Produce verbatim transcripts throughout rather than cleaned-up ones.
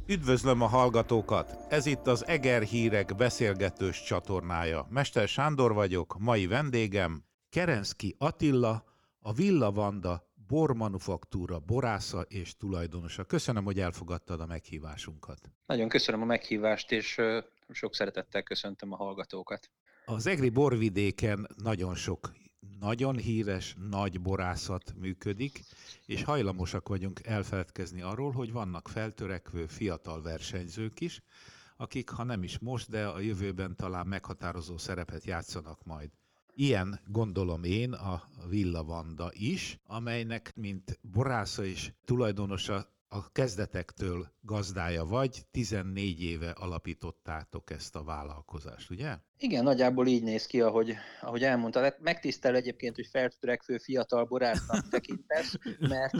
Üdvözlöm a hallgatókat! Ez itt az Eger Hírek beszélgetős csatornája. Mester Sándor vagyok, mai vendégem Kerenszky Attila, a Villa Vanda bormanufaktúra borásza és tulajdonosa. Köszönöm, hogy elfogadtad a meghívásunkat. Nagyon köszönöm a meghívást, és sok szeretettel köszöntöm a hallgatókat. Az egri borvidéken nagyon sok nagyon híres, nagy borászat működik, és hajlamosak vagyunk elfeledkezni arról, hogy vannak feltörekvő fiatal versenyzők is, akik, ha nem is most, de a jövőben talán meghatározó szerepet játszanak majd. Ilyen, gondolom én, a Villa Vanda is, amelynek, mint borásza és tulajdonosa, a kezdetektől gazdája vagy, tizennégy éve alapítottátok ezt a vállalkozást, ugye? Igen, nagyjából így néz ki, ahogy, ahogy elmondtad. Megtisztel egyébként, hogy feltörekvő fiatal borásznak tekintesz, mert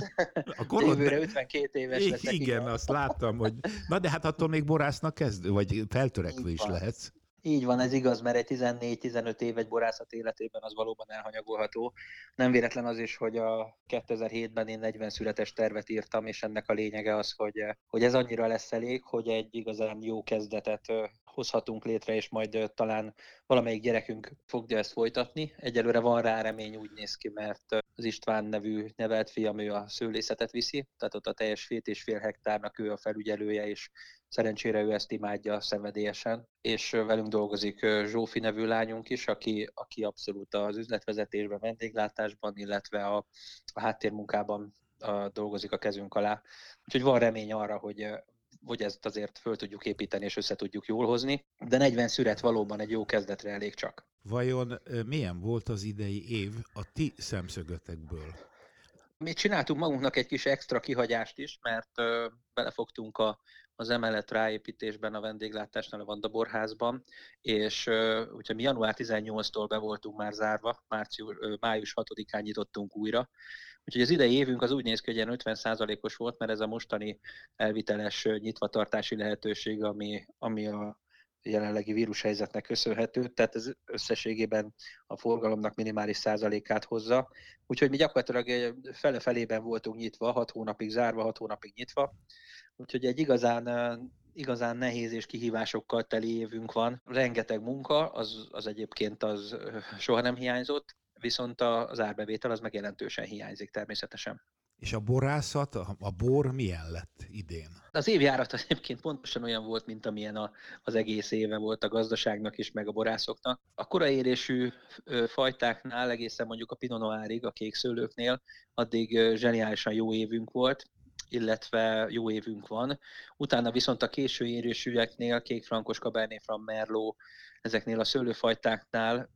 a jövőre ötvenkét éves I- leszek. Igen, igen, azt láttam, hogy... Na de hát attól még borásznak kezdő, vagy feltörekvő Így is van. lehetsz. Így van, ez igaz, mert egy tizennégy-tizenöt év egy borászat életében az valóban elhanyagolható. Nem véletlen az is, hogy a kétezer-hétben én negyven születes tervet írtam, és ennek a lényege az, hogy, hogy ez annyira lesz elég, hogy egy igazán jó kezdetet hozhatunk létre, és majd talán valamelyik gyerekünk fogja ezt folytatni. Egyelőre van rá remény, úgy néz ki, mert az István nevű nevelt fiam, ő a szőlészetet viszi, tehát ott a teljes két és fél hektárnak ő a felügyelője, és szerencsére ő ezt imádja szenvedélyesen, és velünk dolgozik Zsófi nevű lányunk is, aki, aki abszolút az üzletvezetésben, vendéglátásban, illetve a, a háttérmunkában a, dolgozik a kezünk alá. Úgyhogy van remény arra, hogy, hogy ezt azért föl tudjuk építeni, és össze tudjuk jól hozni, de negyven szüret valóban egy jó kezdetre elég csak. Vajon milyen volt az idei év a ti szemszögötekből? Mi csináltunk magunknak egy kis extra kihagyást is, mert ö, belefogtunk a, az emelet ráépítésben, a vendéglátásnál, a Vanda borházban, és ö, ugye mi január tizennyolcadikától be voltunk már zárva, március, ö, május hatodikán nyitottunk újra. Úgyhogy az idei évünk az úgy néz ki, hogy ilyen ötven százalékos volt, mert ez a mostani elviteles nyitvatartási lehetőség, ami, ami a jelenlegi vírushelyzetnek köszönhető, tehát ez összességében a forgalomnak minimális százalékát hozza. Úgyhogy mi gyakorlatilag fele-felében voltunk nyitva, hat hónapig zárva, hat hónapig nyitva. Úgyhogy egy igazán, igazán nehéz és kihívásokkal teli évünk van. Rengeteg munka, az, az egyébként az soha nem hiányzott, viszont az árbevétel az meg jelentősen hiányzik természetesen. És a borászat, a, a bor milyen lett idén? Az évjárat egyébként pontosan olyan volt, mint amilyen a, az egész éve volt a gazdaságnak is, meg a borászoknak. A koraérésű fajtáknál, egészen mondjuk a Pinot Noirig, a kék szőlőknél, addig zseniálisan jó évünk volt, illetve jó évünk van. Utána viszont a késő érésűeknél, kékfrankos, Cabernet Franc, Merlot, ezeknél a szőlőfajtáknál,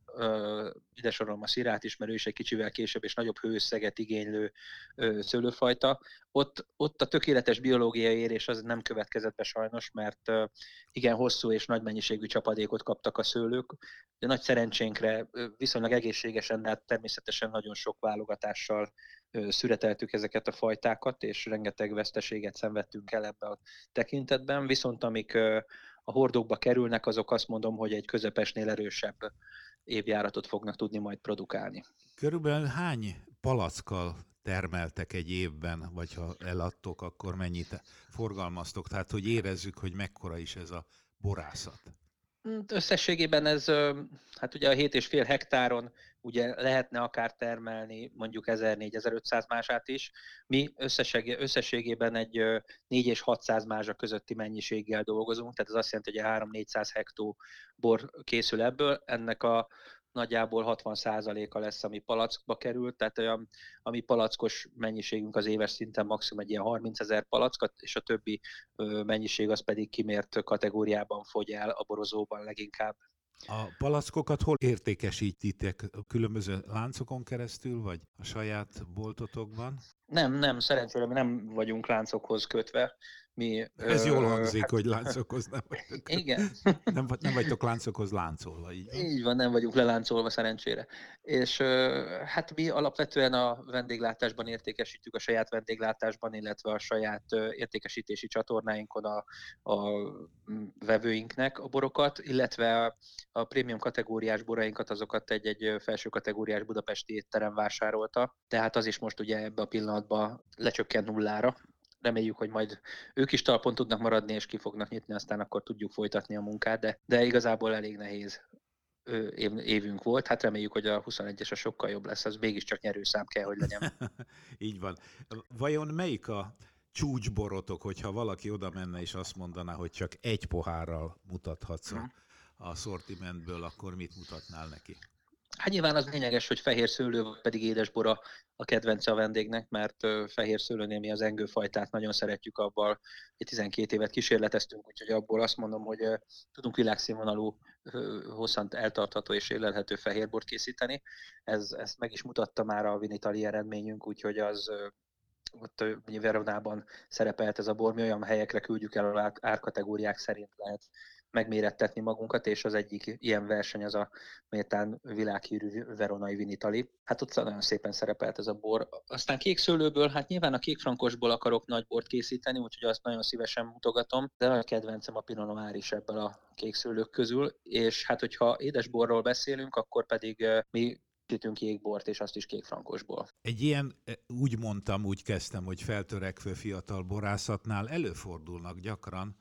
ide sorolom a szirát is, mert ő is egy kicsivel később és nagyobb hőösszeget igénylő szőlőfajta. Ott, ott a tökéletes biológiai érés az nem következett be sajnos, mert igen hosszú és nagy mennyiségű csapadékot kaptak a szőlők, de nagy szerencsénkre viszonylag egészségesen, de hát természetesen nagyon sok válogatással szüreteltük ezeket a fajtákat, és rengeteg veszteséget szenvedtünk el ebbe a tekintetben, viszont amik a hordókba kerülnek, azok azt mondom, hogy egy közepesnél erősebb évjáratot fognak tudni majd produkálni. Körülbelül hány palackkal termeltek egy évben, vagy ha eladtok, akkor mennyit forgalmaztok? Tehát, hogy érezzük, hogy mekkora is ez a borászat. Összességében ez, hát ugye a hét és fél hektáron ugye lehetne akár termelni mondjuk ezernégy-ezerötszáz mázsát is. Mi összesség, összességében egy négy és hatszáz mázsa közötti mennyiséggel dolgozunk, tehát ez azt jelenti, hogy három-négyszáz hektó bor készül ebből. Ennek a nagyjából hatvan százaléka lesz, ami palackba került, tehát olyan, ami palackos mennyiségünk az éves szinten maximum egy ilyen harmincezer palackat, és a többi mennyiség az pedig kimért kategóriában fogy el, a borozóban leginkább. A palackokat hol értékesítitek? Különböző láncokon keresztül, vagy a saját boltotokban? Nem, nem, szerencsére mi nem vagyunk láncokhoz kötve. Mi, Ez ö, jól hangzik, hát, hogy láncokhoz nem vagytok. Igen. Nem, nem vagytok láncokhoz láncolva, így van? Így van, nem vagyunk leláncolva szerencsére. És hát mi alapvetően a vendéglátásban értékesítjük, a saját vendéglátásban, illetve a saját értékesítési csatornáinkon a, a vevőinknek a borokat, illetve a, a prémium kategóriás borainkat, azokat egy-egy felső kategóriás budapesti étterem vásárolta. Tehát az is most ugye ebbe a pillanatban lecsökkent nullára. reméljük, hogy majd ők is talpon tudnak maradni, és ki fognak nyitni, aztán akkor tudjuk folytatni a munkát, de, de igazából elég nehéz ö, év, évünk volt. Hát reméljük, hogy a huszonegyes a sokkal jobb lesz, az mégiscsak nyerőszám kell, hogy legyen. Így van. Vajon melyik a csúcsborotok, hogyha valaki oda menne és azt mondaná, hogy csak egy pohárral mutathatsz a, a szortimentből, akkor mit mutatnál neki? Hát nyilván az lényeges, hogy fehér szőlő, vagy pedig édesbora a kedvence a vendégnek, mert ö, fehér szőlőnél mi az engőfajtát nagyon szeretjük, abban tizenkét évet kísérleteztünk, úgyhogy abból azt mondom, hogy ö, tudunk világszínvonalú, ö, hosszant eltartható és élelhető fehérbort készíteni. Ez, ezt meg is mutatta már a Vinitali eredményünk, úgyhogy az ö, ott ö, Veronában szerepelt ez a bor, mi olyan helyekre küldjük el, ahol árkategóriák szerint lehet megmérettetni magunkat, és az egyik ilyen verseny az a méltán világhírű veronai Vinitali. Hát ott nagyon szépen szerepelt ez a bor. Aztán kékszőlőből, hát nyilván a kékfrankosból akarok nagy bort készíteni, úgyhogy azt nagyon szívesen mutogatom, de a kedvencem a Pinot Noir is ebből a kékszőlők közül, és hát hogyha édesborról beszélünk, akkor pedig mi készítünk jégbort, és azt is kékfrankosból. Egy ilyen, úgy mondtam, úgy kezdtem, hogy feltörekvő fiatal borászatnál előfordulnak gyakran,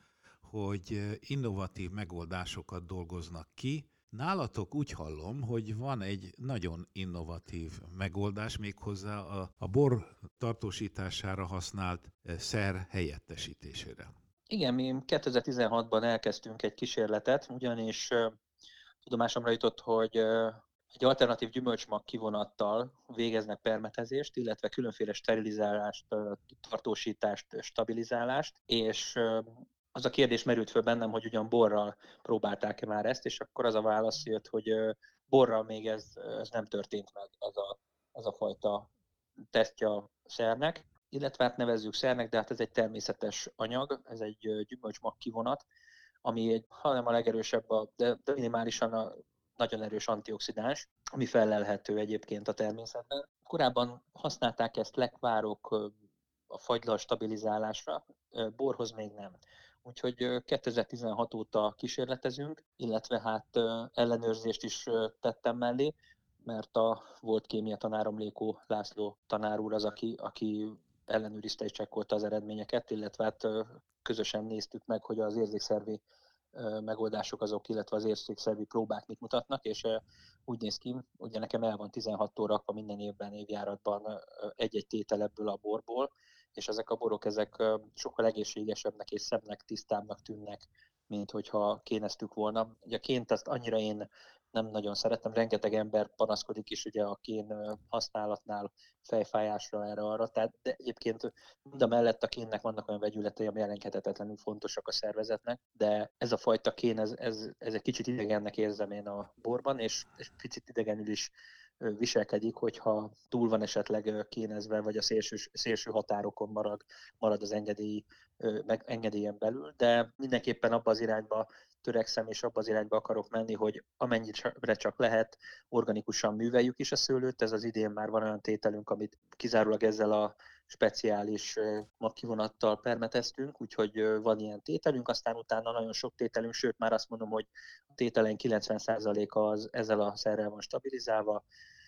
hogy innovatív megoldásokat dolgoznak ki. Nálatok úgy hallom, hogy van egy nagyon innovatív megoldás, méghozzá a, a bor tartósítására használt szer helyettesítésére. Igen, mi kétezer-tizenhatban elkezdtünk egy kísérletet, ugyanis tudomásomra jutott, hogy egy alternatív gyümölcsmag kivonattal végeznek permetezést, illetve különféle sterilizálást, tartósítást, stabilizálást, és az a kérdés merült föl bennem, hogy ugyan borral próbálták-e már ezt, és akkor az a válasz jött, hogy borral még ez, ez nem történt meg, ez a, ez a fajta tesztje a szernek, illetve hát nevezzük szernek, de hát ez egy természetes anyag, ez egy gyümölcsmag kivonat, ami egy, hanem a legerősebb, a, de, de minimálisan a nagyon erős antioxidáns, ami felelhető egyébként a természetben. Korábban használták ezt lekvárok a fagylal stabilizálásra, borhoz még nem. Úgyhogy kétezer-tizenhat óta kísérletezünk, illetve hát ellenőrzést is tettem mellé, mert a volt kémia tanárom Lékó László tanár úr az, aki, aki ellenőrizte és csekkolta az eredményeket, illetve hát közösen néztük meg, hogy az érzékszervi megoldások azok, illetve az érzékszervi próbák mit mutatnak, és úgy néz ki, ugye nekem el van tizenhat rakva minden évben, évjáratban egy-egy tétel ebből a borból, és ezek a borok ezek sokkal egészségesebbnek és szebbnek, tisztábbnak tűnnek, mint hogyha kéneztük volna. Ugye a ként azt annyira én nem nagyon szeretem, rengeteg ember panaszkodik is ugye a kén használatnál fejfájásra, erre arra, tehát de egyébként mind a mellett a kénnek vannak olyan vegyületei, ami elengedhetetlenül fontosak a szervezetnek, de ez a fajta kén, ez, ez, ez egy kicsit idegennek érzem én a borban, és, és picit idegenül is viselkedik, hogyha túl van esetleg kénezve, vagy a szélső, szélső határokon marad, marad az engedély, meg engedélyen belül, de mindenképpen abba az irányba törekszem, és abba az irányba akarok menni, hogy amennyire csak lehet, organikusan műveljük is a szőlőt. Ez az idén már van olyan tételünk, amit kizárólag ezzel a speciális magkivonattal permeteztünk, úgyhogy van ilyen tételünk, aztán utána nagyon sok tételünk, sőt már azt mondom, hogy a tételeink kilencven százaléka az ezzel a szerrel van stabilizálva,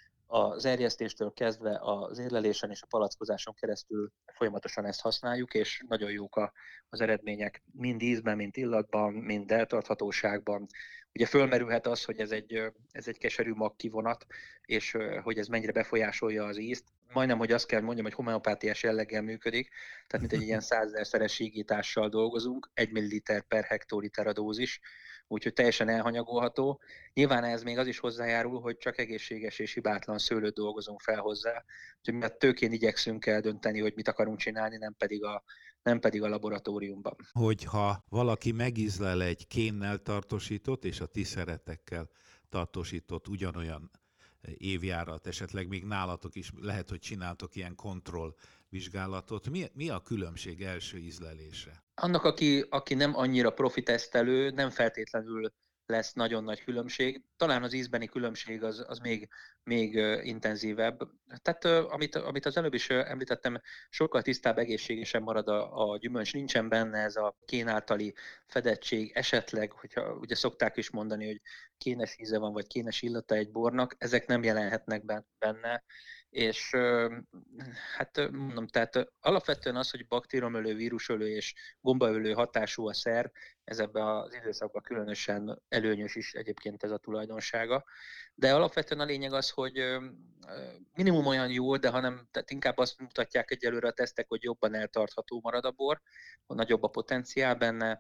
az erjesztéstől kezdve az érlelésen és a palackozáson keresztül folyamatosan ezt használjuk, és nagyon jók a, az eredmények, mind ízben, mind illatban, mind eltarthatóságban. Ugye fölmerülhet az, hogy ez egy, ez egy keserű magkivonat, és hogy ez mennyire befolyásolja az ízt. Majdnem, hogy azt kell mondjam, hogy homeopátiás jelleggel működik, tehát mint egy ilyen százezerszeres síkítással dolgozunk, egy milliliter per hektoliter a dózis, úgyhogy teljesen elhanyagolható. Nyilván ez még az is hozzájárul, hogy csak egészséges és hibátlan szőlőt dolgozunk fel hozzá, úgyhogy mi a tőkén igyekszünk eldönteni, hogy mit akarunk csinálni, nem pedig a, nem pedig a laboratóriumban. Hogyha valaki megízlel egy kénnel tartósított és a ti szeretekkel tartósított ugyanolyan évjárat, esetleg még nálatok is lehet, hogy csináltok ilyen kontrollvizsgálatot. Mi, mi a különbség első ízlelésre? Annak, aki, aki nem annyira profi tesztelő, nem feltétlenül lesz nagyon nagy különbség. Talán az ízbeni különbség az, az még, még intenzívebb. Tehát amit, amit az előbb is említettem, sokkal tisztább, egészségesen marad a, a gyümölcs, nincsen benne ez a kén általi fedettség, esetleg, hogyha ugye szokták is mondani, hogy kénes íze van, vagy kénes illata egy bornak, ezek nem jelenhetnek benne, és ö, hát ö, mondom, tehát ö, alapvetően az, hogy baktériumölő, vírusölő és gombaölő hatású a szer, ez ebben az időszakban különösen előnyös is egyébként ez a tulajdonsága. De alapvetően a lényeg az, hogy ö, ö, minimum olyan jó, de hanem tehát inkább azt mutatják egyelőre a tesztek, hogy jobban eltartható marad a bor, hogy nagyobb a potenciál benne,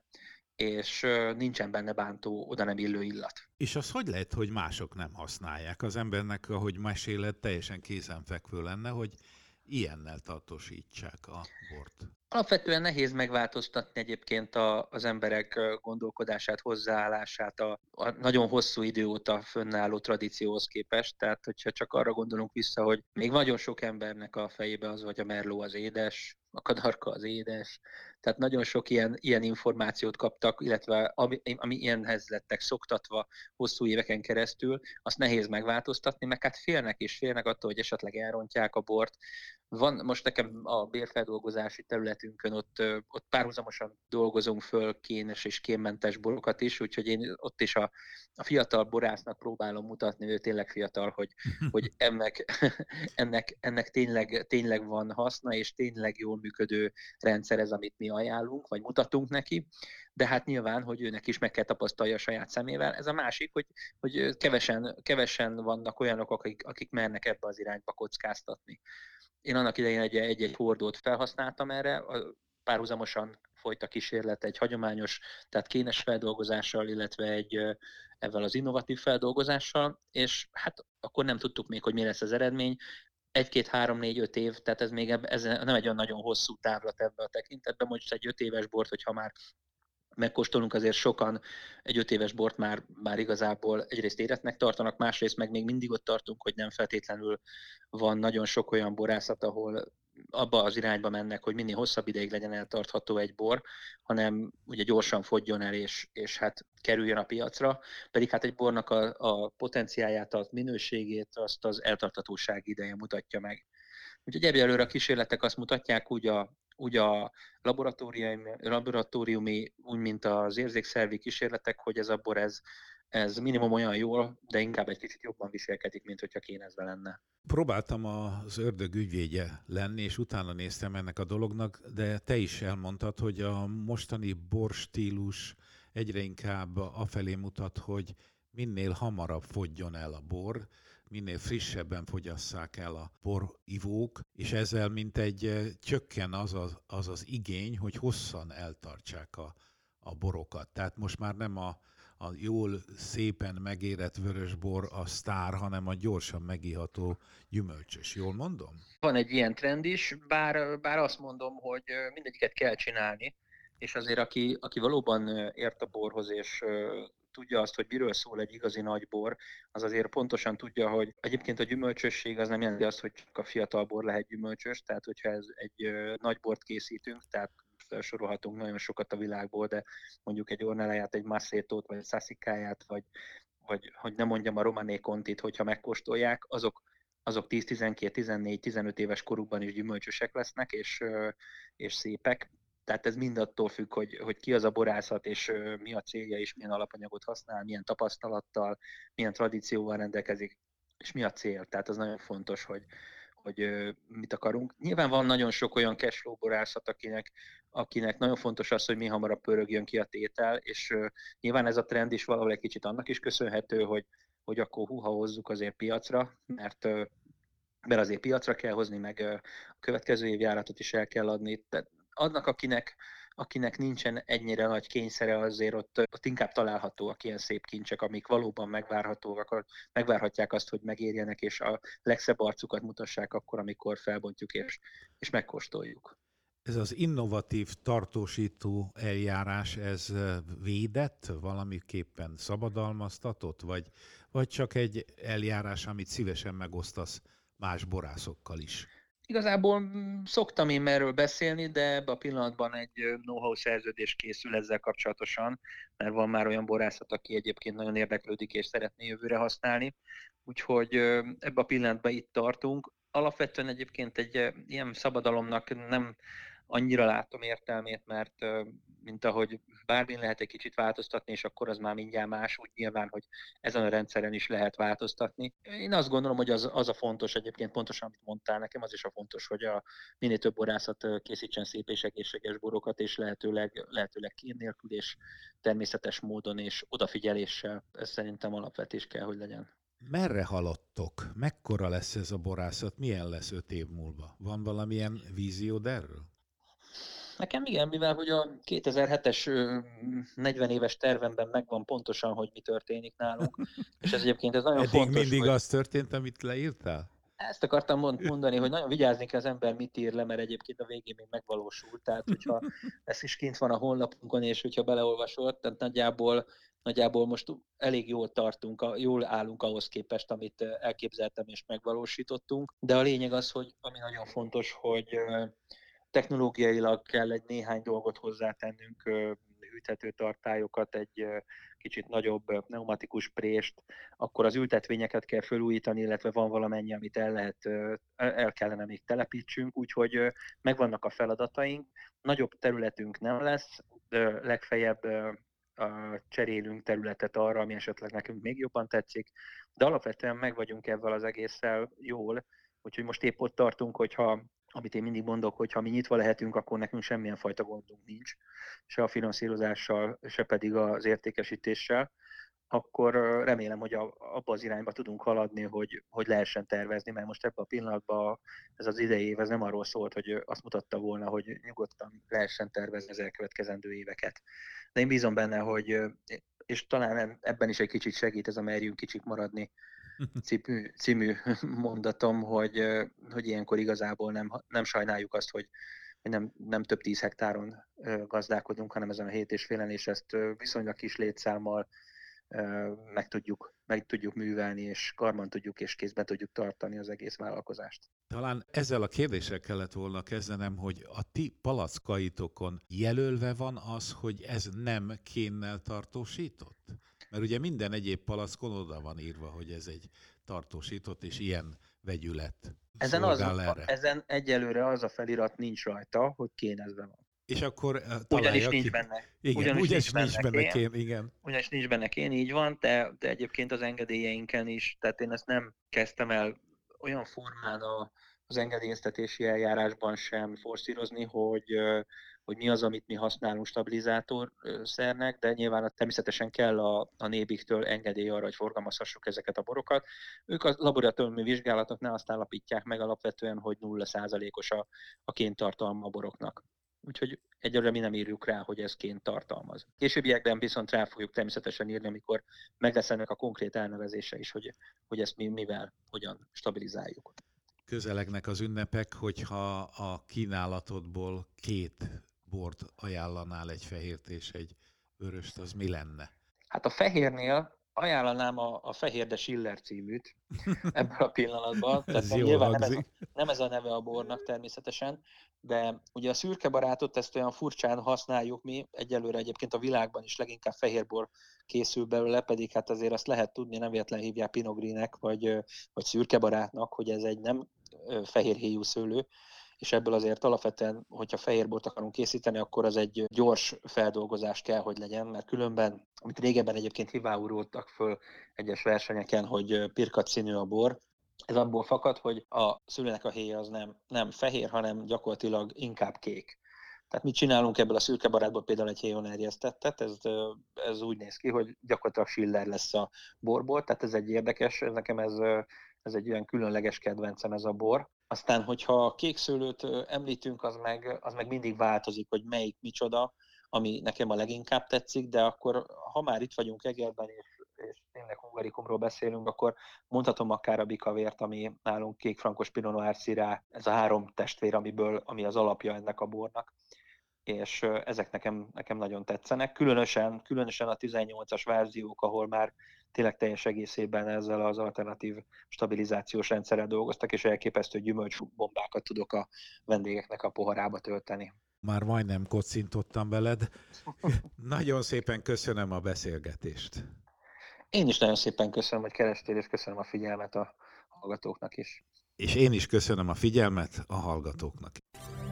és ö, nincsen benne bántó, oda nem illő illat. És az hogy lehet, hogy mások nem használják? Az embernek, ahogy meséled, teljesen kézenfekvő lenne, hogy ilyennel tartósítsák a bort. Alapvetően nehéz megváltoztatni egyébként a, az emberek ö, gondolkodását, hozzáállását a, a nagyon hosszú idő óta fönnálló tradícióhoz képest. Tehát, hogyha csak arra gondolunk vissza, hogy még nagyon sok embernek a fejébe az, hogy a merló az édes, a kadarka az édes. Tehát nagyon sok ilyen, ilyen információt kaptak, illetve ami, ami ilyenhez lettek szoktatva hosszú éveken keresztül, azt nehéz megváltoztatni, meg hát félnek is, félnek attól, hogy esetleg elrontják a bort. Van most nekem a bérfeldolgozási területünkön, ott, ö, ott párhuzamosan dolgozunk föl kénes és kémmentes borokat is, úgyhogy én ott is a, a fiatal borásznak próbálom mutatni, ő tényleg fiatal, hogy, hogy ennek, ennek, ennek tényleg, tényleg van haszna, és tényleg jól működő rendszer ez, amit mi ajánlunk, vagy mutatunk neki, de hát nyilván, hogy őnek is meg kell tapasztalja a saját szemével. Ez a másik, hogy, hogy kevesen, kevesen vannak olyanok, akik, akik mernek ebbe az irányba kockáztatni. Én annak idején egy- egy-egy hordót felhasználtam erre, párhuzamosan folyt a kísérlet egy hagyományos, tehát kénes feldolgozással, illetve egy ö, ezzel az innovatív feldolgozással, és hát akkor nem tudtuk még, hogy mi lesz az eredmény. Egy-két, három, négy, öt év, tehát ez még ebbe, ez nem egy olyan nagyon hosszú távlat ebbe a tekintetben, most egy öt éves bort, hogyha már megkóstolunk, azért sokan egy öt éves bort már, már igazából egyrészt éretnek tartanak, másrészt meg még mindig ott tartunk, hogy nem feltétlenül van nagyon sok olyan borászat, ahol abba az irányba mennek, hogy minél hosszabb ideig legyen eltartható egy bor, hanem ugye gyorsan fogjon el, és, és hát kerüljön a piacra, pedig hát egy bornak a, a potenciáját, a minőségét, azt az eltarthatóság ideje mutatja meg. Úgyhogy egyelőre a kísérletek azt mutatják, úgy a, úgy a laboratóriumi, laboratóriumi, úgy mint az érzékszervi kísérletek, hogy ez a bor, ez, ez minimum olyan jól, de inkább egy kicsit jobban viselkedik, mint hogyha kénezve lenne. Próbáltam az ördög ügyvédje lenni, és utána néztem ennek a dolognak, de te is elmondtad, hogy a mostani borstílus egyre inkább afelé mutat, hogy minél hamarabb fogjon el a bor, minél frissebben fogyasszák el a borivók, és ezzel mintegy eh, csökken az az, az az igény, hogy hosszan eltartsák a, a borokat. Tehát most már nem a a jól, szépen megérett vörösbor a sztár, hanem a gyorsan megiható gyümölcsös. Jól mondom? Van egy ilyen trend is, bár, bár azt mondom, hogy mindegyiket kell csinálni, és azért aki, aki valóban ért a borhoz, és tudja azt, hogy miről szól egy igazi nagy bor, az azért pontosan tudja, hogy egyébként a gyümölcsösség az nem jelenti azt, hogy csak a fiatal bor lehet gyümölcsös, tehát hogyha ez egy nagy bort készítünk, tehát felsorolhatunk nagyon sokat a világból, de mondjuk egy Orneláját, egy Massétót, vagy egy Sassikáját, vagy, vagy hogy nem mondjam a Romané Contit, hogyha megkóstolják, azok azok tíz, tizenkét, tizennégy, tizenöt éves korukban is gyümölcsösek lesznek, és, és szépek. Tehát ez mind attól függ, hogy, hogy ki az a borászat, és mi a célja, és milyen alapanyagot használ, milyen tapasztalattal, milyen tradícióval rendelkezik, és mi a cél. Tehát az nagyon fontos, hogy, hogy mit akarunk. Nyilván van nagyon sok olyan cashflow borászat, akinek, akinek nagyon fontos az, hogy mi hamarabb pörögjön ki a tétel, és nyilván ez a trend is valahol egy kicsit annak is köszönhető, hogy hogy akkor húha hozzuk azért piacra, mert, mert azért piacra kell hozni, meg a következő évjáratot is el kell adni. Tehát annak, akinek, akinek nincsen ennyire nagy kényszere, azért ott, ott inkább találhatóak ilyen szép kincsek, amik valóban megvárhatóak, megvárhatják azt, hogy megérjenek, és a legszebb arcukat mutassák akkor, amikor felbontjuk és, és megkóstoljuk. Ez az innovatív tartósító eljárás, ez védett, valamiképpen szabadalmaztatott, vagy, vagy csak egy eljárás, amit szívesen megosztasz más borászokkal is? Igazából szoktam én erről beszélni, de ebben a pillanatban egy know-how szerződés készül ezzel kapcsolatosan, mert van már olyan borászat, aki egyébként nagyon érdeklődik és szeretné jövőre használni. Úgyhogy ebben a pillanatban itt tartunk. Alapvetően egyébként egy ilyen szabadalomnak nem annyira látom értelmét, mert mint ahogy bármin lehet egy kicsit változtatni, és akkor az már mindjárt más, úgy nyilván, hogy ezen a rendszeren is lehet változtatni. Én azt gondolom, hogy az, az a fontos egyébként, pontosan, amit mondtál nekem, az is a fontos, hogy a minél több borászat készítsen szép és egészséges borokat, és lehetőleg, lehetőleg kín nélkül, és természetes módon, és odafigyeléssel. Ez szerintem alapvetés kell, hogy legyen. Merre haladtok? Mekkora lesz ez a borászat? Milyen lesz öt év múlva? Van valamilyen víziód erről? Nekem igen, mivel hogy a kétezer-hetes negyven éves tervemben megvan pontosan, hogy mi történik nálunk, és ez egyébként ez nagyon Eddig fontos, mindig hogy az történt, amit leírtál? ezt akartam mondani, hogy nagyon vigyázni kell az ember mit ír le, mert egyébként a végén még megvalósul. Tehát, hogyha ez is kint van a honlapunkon, és hogyha beleolvasod, tehát nagyjából, nagyjából most elég jól tartunk, jól állunk ahhoz képest, amit elképzeltem és megvalósítottunk. De a lényeg az, hogy ami nagyon fontos, hogy technológiailag kell egy néhány dolgot hozzátennünk, ültető tartályokat, egy kicsit nagyobb pneumatikus prést, akkor az ültetvényeket kell felújítani, illetve van valamennyi, amit el, lehet, el kellene még telepítsünk, úgyhogy megvannak a feladataink. Nagyobb területünk nem lesz, legfeljebb cserélünk területet arra, ami esetleg nekünk még jobban tetszik, de alapvetően meg vagyunk ezzel az egésszel jól, úgyhogy most épp ott tartunk, hogyha amit én mindig mondok, hogy ha mi nyitva lehetünk, akkor nekünk semmilyen fajta gondunk nincs, se a finanszírozással, se pedig az értékesítéssel, akkor remélem, hogy abba az irányba tudunk haladni, hogy, hogy lehessen tervezni, mert most ebben a pillanatban ez az idei év ez nem arról szólt, hogy azt mutatta volna, hogy nyugodtan lehessen tervezni az elkövetkezendő éveket. De én bízom benne, hogy, és talán ebben is egy kicsit segít ez a merjünk kicsik maradni című, című mondatom, hogy, hogy ilyenkor igazából nem, nem sajnáljuk azt, hogy, hogy nem, nem több tíz hektáron gazdálkodunk, hanem ezen a hét és félen, és ezt viszonylag kis létszámmal meg tudjuk, meg tudjuk művelni, és karban tudjuk és kézben tudjuk tartani az egész vállalkozást. Talán ezzel a kérdéssel kellett volna kezdenem, hogy a ti palackaitokon jelölve van az, hogy ez nem kénnel tartósított? Mert ugye minden egyéb palackon oda van írva, hogy ez egy tartósított és ilyen vegyület ezen, az, erre. ezen egyelőre az a felirat nincs rajta, hogy kénezve van. És akkor ugyanis nincs ki. benne. Igen, ugyanis, ugyanis nincs, nincs benne benne kén, kén, igen. Ugyanis nincs benne kén, így van, de, de egyébként az engedélyeinken is, tehát én ezt nem kezdtem el olyan formán a, az engedélyeztetési eljárásban sem forszírozni, hogy, hogy mi az, amit mi használunk stabilizátorszernek, de nyilván természetesen kell a, a nébiktől engedély arra, hogy forgalmazhassuk ezeket a borokat. Ők a laboratóriumi vizsgálatoknál azt állapítják meg alapvetően, hogy nulla százalékos a, a kéntartalma a boroknak. Úgyhogy egyelőre mi nem írjuk rá, hogy ez ként tartalmaz. Későbbiekben viszont rá fogjuk természetesen írni, amikor meg lesz ennek a konkrét elnevezése is, hogy, hogy ezt mi mivel, hogyan stabilizáljuk. Közelegnek az ünnepek, hogyha a kínálatodból két bort ajánlanál, egy fehért és egy vöröst, az mi lenne? Hát a fehérnél ajánlanám a, a Fehér de Schiller címűt ebben a pillanatban. Ez Tehát jól nem ez, hangzik. a, nem ez a neve a bornak természetesen, de ugye a szürke barátot ezt olyan furcsán használjuk mi, egyelőre egyébként a világban is leginkább fehérbor készül belőle, pedig hát azért azt lehet tudni, nem véletlen hívják Pinot Grignek, vagy, vagy szürke barátnak, hogy ez egy nem fehér héjú szőlő, és ebből azért alapvetően, hogyha fehérbort akarunk készíteni, akkor az egy gyors feldolgozás kell, hogy legyen, mert különben, amit régebben egyébként hibául föl egyes versenyeken, hogy pirkat színű a bor, ez abból fakad, hogy a szőlőnek a héja az nem, nem fehér, hanem gyakorlatilag inkább kék. Tehát mit csinálunk ebből a szürke barátból például egy héjon erjesztettet, ez, ez úgy néz ki, hogy gyakorlatilag Schiller lesz a borból, tehát ez egy érdekes, nekem ez, ez egy olyan különleges kedvencem ez a bor. Aztán, hogyha a kék szőlőt említünk, az meg, az meg mindig változik, hogy melyik micsoda, ami nekem a leginkább tetszik, de akkor, ha már itt vagyunk Egerben, és, és tényleg hungarikumról beszélünk, akkor mondhatom akár a bikavért, ami nálunk kék-frankos Pinot Noir Syrah, ez a három testvér, amiből, ami az alapja ennek a bornak, és ezek nekem, nekem nagyon tetszenek. Különösen, különösen a tizennyolcas verziók, ahol már tényleg teljes egészében ezzel az alternatív stabilizációs rendszerrel dolgoztak, és elképesztő gyümölcsbombákat tudok a vendégeknek a poharába tölteni. Már majdnem kocintottam veled. Nagyon szépen köszönöm a beszélgetést. Én is nagyon szépen köszönöm, hogy kerestél, és köszönöm a figyelmet a hallgatóknak is. És én is köszönöm a figyelmet a hallgatóknak.